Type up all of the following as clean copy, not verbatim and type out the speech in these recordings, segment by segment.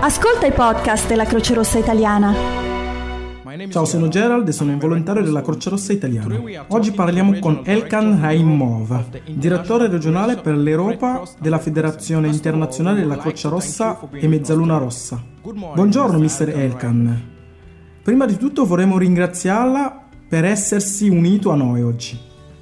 Ascolta i podcast della Croce Rossa Italiana. Ciao, sono Gerald e sono un volontario della Croce Rossa Italiana. Oggi parliamo con Elkan Raimov, direttore regionale per l'Europa della Federazione Internazionale della Croce Rossa e Mezzaluna Rossa. Buongiorno, Mr. Elkan. Prima di tutto vorremmo ringraziarla per essersi unito a noi oggi.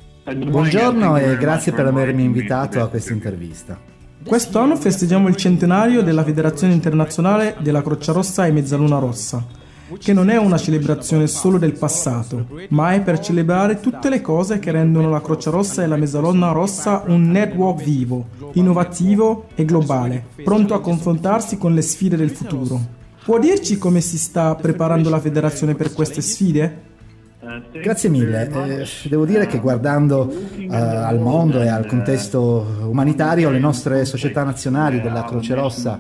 Buongiorno e grazie per avermi invitato a questa intervista. Quest'anno festeggiamo il centenario della Federazione Internazionale della Croce Rossa e Mezzaluna Rossa, che non è una celebrazione solo del passato, ma è per celebrare tutte le cose che rendono la Croce Rossa e la Mezzaluna Rossa un network vivo, innovativo e globale, pronto a confrontarsi con le sfide del futuro. Può dirci come si sta preparando la federazione per queste sfide? Grazie mille. Devo dire che guardando al mondo e al contesto umanitario, le nostre società nazionali della Croce Rossa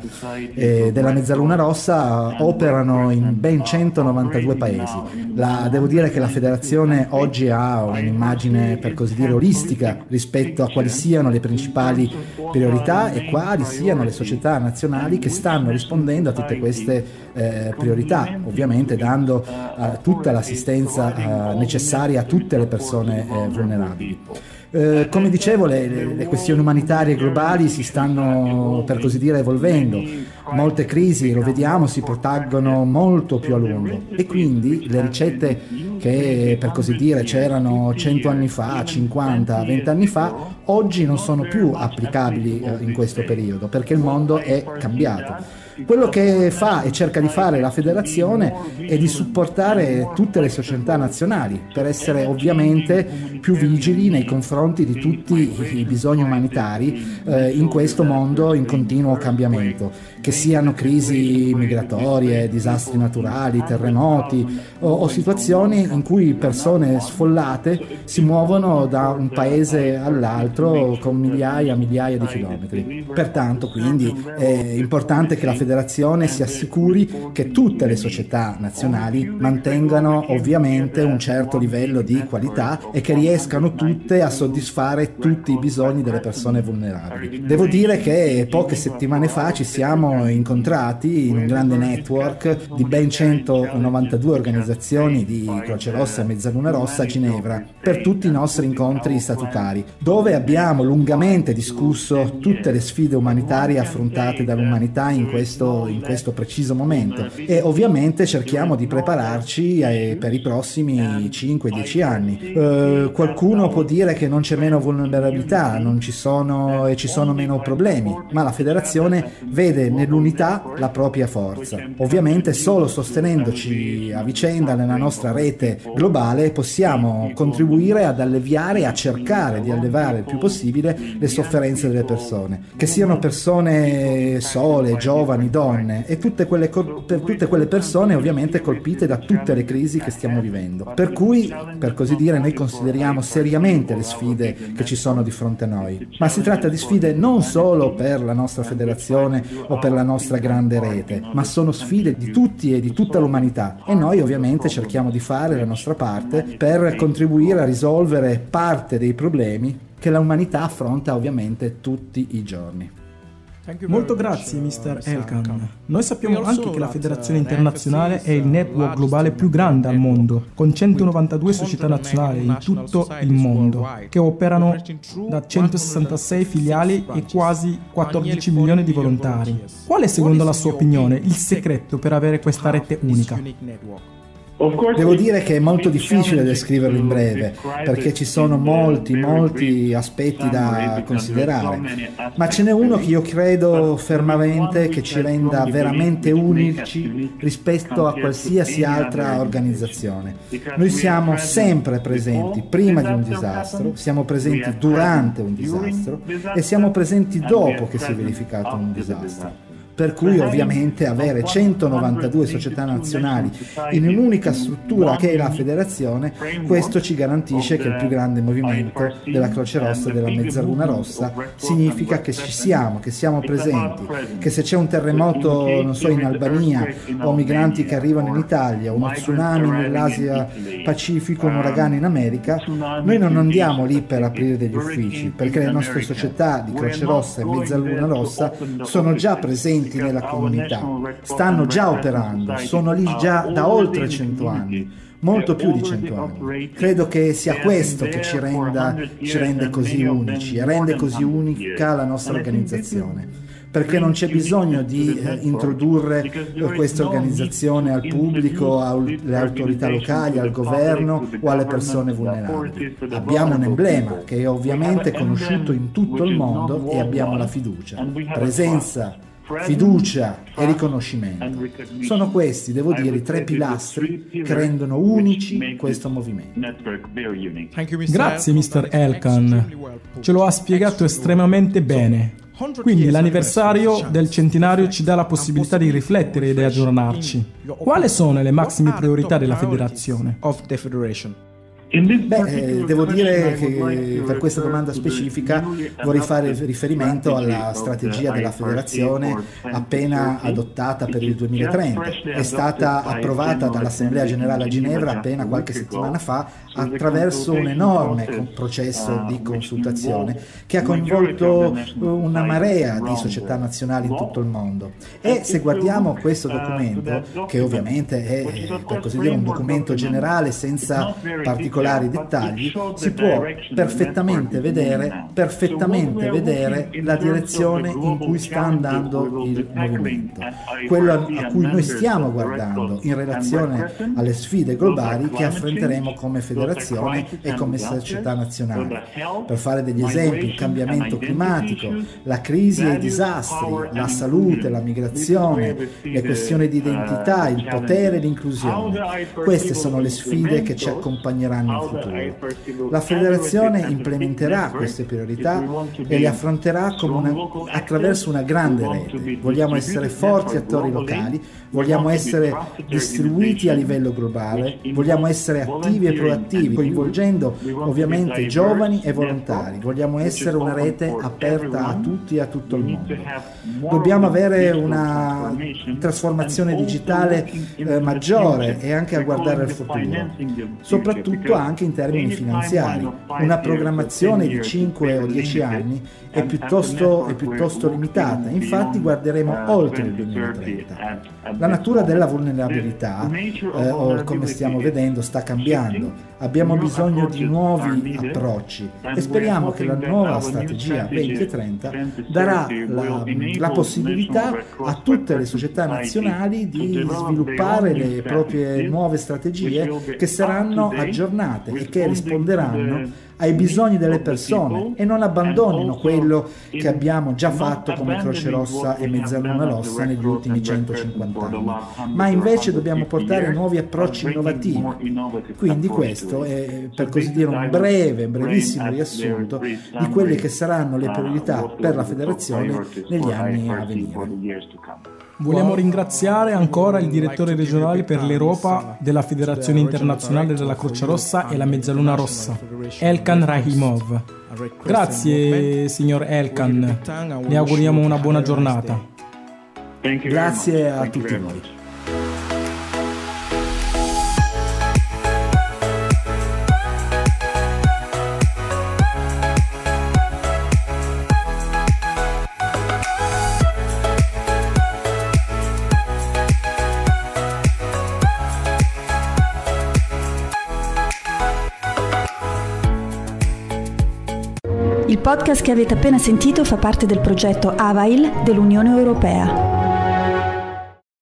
e della Mezzaluna Rossa operano in ben 192 paesi. Devo dire che la federazione oggi ha un'immagine, per così dire, olistica rispetto a quali siano le principali priorità e quali siano le società nazionali che stanno rispondendo a tutte queste priorità, ovviamente dando tutta l'assistenza necessaria a tutte le persone vulnerabili. Come dicevo, le questioni umanitarie globali si stanno, per così dire, evolvendo. Molte crisi, lo vediamo, si protraggono molto più a lungo e quindi le ricette che, per così dire, c'erano 100 anni fa, 50, 20 anni fa, oggi non sono più applicabili in questo periodo perché il mondo è cambiato. Quello che fa e cerca di fare la federazione è di supportare tutte le società nazionali per essere ovviamente più vigili nei confronti di tutti i bisogni umanitari in questo mondo in continuo cambiamento, che siano crisi migratorie, disastri naturali, terremoti o situazioni in cui persone sfollate si muovono da un paese all'altro con migliaia di chilometri. Pertanto quindi è importante che la federazione si assicuri che tutte le società nazionali mantengano ovviamente un certo livello di qualità e che riescano tutte a soddisfare tutti i bisogni delle persone vulnerabili. Devo dire che poche settimane fa ci siamo incontrati in un grande network di ben 192 organizzazioni di Croce Rossa e Mezzaluna Rossa a Ginevra per tutti i nostri incontri statutari, dove abbiamo lungamente discusso tutte le sfide umanitarie affrontate dall'umanità in questo preciso momento e ovviamente cerchiamo di prepararci per i prossimi 5-10 anni. Qualcuno può dire che non c'è meno vulnerabilità, non ci sono e ci sono meno problemi, ma la federazione vede nell'unità la propria forza. Ovviamente solo sostenendoci a vicenda nella nostra rete globale possiamo contribuire ad alleviare e a cercare di alleviare il più possibile le sofferenze delle persone, che siano persone sole, giovani, donne e per tutte quelle persone ovviamente colpite da tutte le crisi che stiamo vivendo. Per cui, per così dire, noi consideriamo seriamente le sfide che ci sono di fronte a noi, ma si tratta di sfide non solo per la nostra federazione o per la nostra grande rete, ma sono sfide di tutti e di tutta l'umanità e noi ovviamente cerchiamo di fare la nostra parte per contribuire a risolvere parte dei problemi che l'umanità affronta ovviamente tutti i giorni. Molto grazie, Mr. Elkan. Noi sappiamo anche che la Federazione Internazionale è il network globale più grande al mondo, con 192 società nazionali in tutto il mondo, che operano da 166 filiali e quasi 14 milioni di volontari. Qual è, secondo la sua opinione, il segreto per avere questa rete unica? Devo dire che è molto difficile descriverlo in breve, perché ci sono molti aspetti da considerare, ma ce n'è uno che io credo fermamente che ci renda veramente unici rispetto a qualsiasi altra organizzazione. Noi siamo sempre presenti prima di un disastro, siamo presenti durante un disastro e siamo presenti dopo che si è verificato un disastro. Per cui ovviamente avere 192 società nazionali in un'unica struttura che è la federazione, questo ci garantisce che il più grande movimento della Croce Rossa e della Mezzaluna Rossa significa che ci siamo, che siamo presenti, che se c'è un terremoto, non so, in Albania o migranti che arrivano in Italia, uno tsunami nell'Asia Pacifico, un uragano in America, noi non andiamo lì per aprire degli uffici, perché le nostre società di Croce Rossa e Mezzaluna Rossa sono già presenti presenti nella comunità, stanno già operando, sono lì già da oltre 100 anni, molto più di 100 anni. Credo che sia questo che ci rende così unici e rende così unica la nostra organizzazione, perché non c'è bisogno di introdurre questa organizzazione al pubblico, alle autorità locali, al governo o alle persone vulnerabili. Abbiamo un emblema che è ovviamente conosciuto in tutto il mondo e abbiamo la fiducia, presenza, fiducia e riconoscimento. Sono questi, devo dire, i 3 pilastri che rendono unici questo movimento. Grazie Mr. Elkann, ce lo ha spiegato estremamente bene. Quindi l'anniversario del centenario ci dà la possibilità di riflettere e di aggiornarci. Quali sono le massime priorità della federazione? Devo dire che per questa domanda specifica vorrei fare riferimento alla strategia della federazione appena adottata per il 2030. È stata approvata dall'Assemblea Generale a Ginevra appena qualche settimana fa attraverso un enorme processo di consultazione che ha coinvolto una marea di società nazionali in tutto il mondo. E se guardiamo questo documento, che ovviamente è per così dire un documento generale senza particolari dettagli, si può perfettamente vedere la direzione in cui sta andando il movimento, quello a cui noi stiamo guardando in relazione alle sfide globali che affronteremo come federazione e come società nazionale. Per fare degli esempi, il cambiamento climatico, la crisi e i disastri, la salute, la migrazione, le questioni di identità, il potere e l'inclusione. Queste sono le sfide che ci accompagneranno in futuro. La federazione implementerà queste priorità e le affronterà attraverso una grande rete. Vogliamo essere forti attori locali, vogliamo essere distribuiti a livello globale, vogliamo essere attivi e proattivi, coinvolgendo ovviamente giovani e volontari. Vogliamo essere una rete aperta a tutti e a tutto il mondo. Dobbiamo avere una trasformazione digitale maggiore e anche a guardare al futuro, soprattutto anche in termini finanziari. Una programmazione di 5 o 10 anni è piuttosto limitata, infatti guarderemo oltre il 2030. La natura della vulnerabilità, come stiamo vedendo, sta cambiando. Abbiamo bisogno di nuovi approcci e speriamo che la nuova strategia 2030 darà la possibilità a tutte le società nazionali di sviluppare le proprie nuove strategie che saranno aggiornate e che risponderanno ai bisogni delle persone e non abbandonino quello che abbiamo già fatto come Croce Rossa e Mezzaluna Rossa negli ultimi 150 anni, ma invece dobbiamo portare nuovi approcci innovativi. Quindi questo è, per così dire, un brevissimo riassunto di quelle che saranno le priorità per la federazione negli anni a venire. Vogliamo ringraziare ancora il direttore regionale per l'Europa della Federazione Internazionale della Croce Rossa e la Mezzaluna Rossa, Elkann Rahimov. Grazie, signor Elkann. Le auguriamo una buona giornata. Grazie a tutti voi. Il podcast che avete appena sentito fa parte del progetto AVAIL dell'Unione Europea.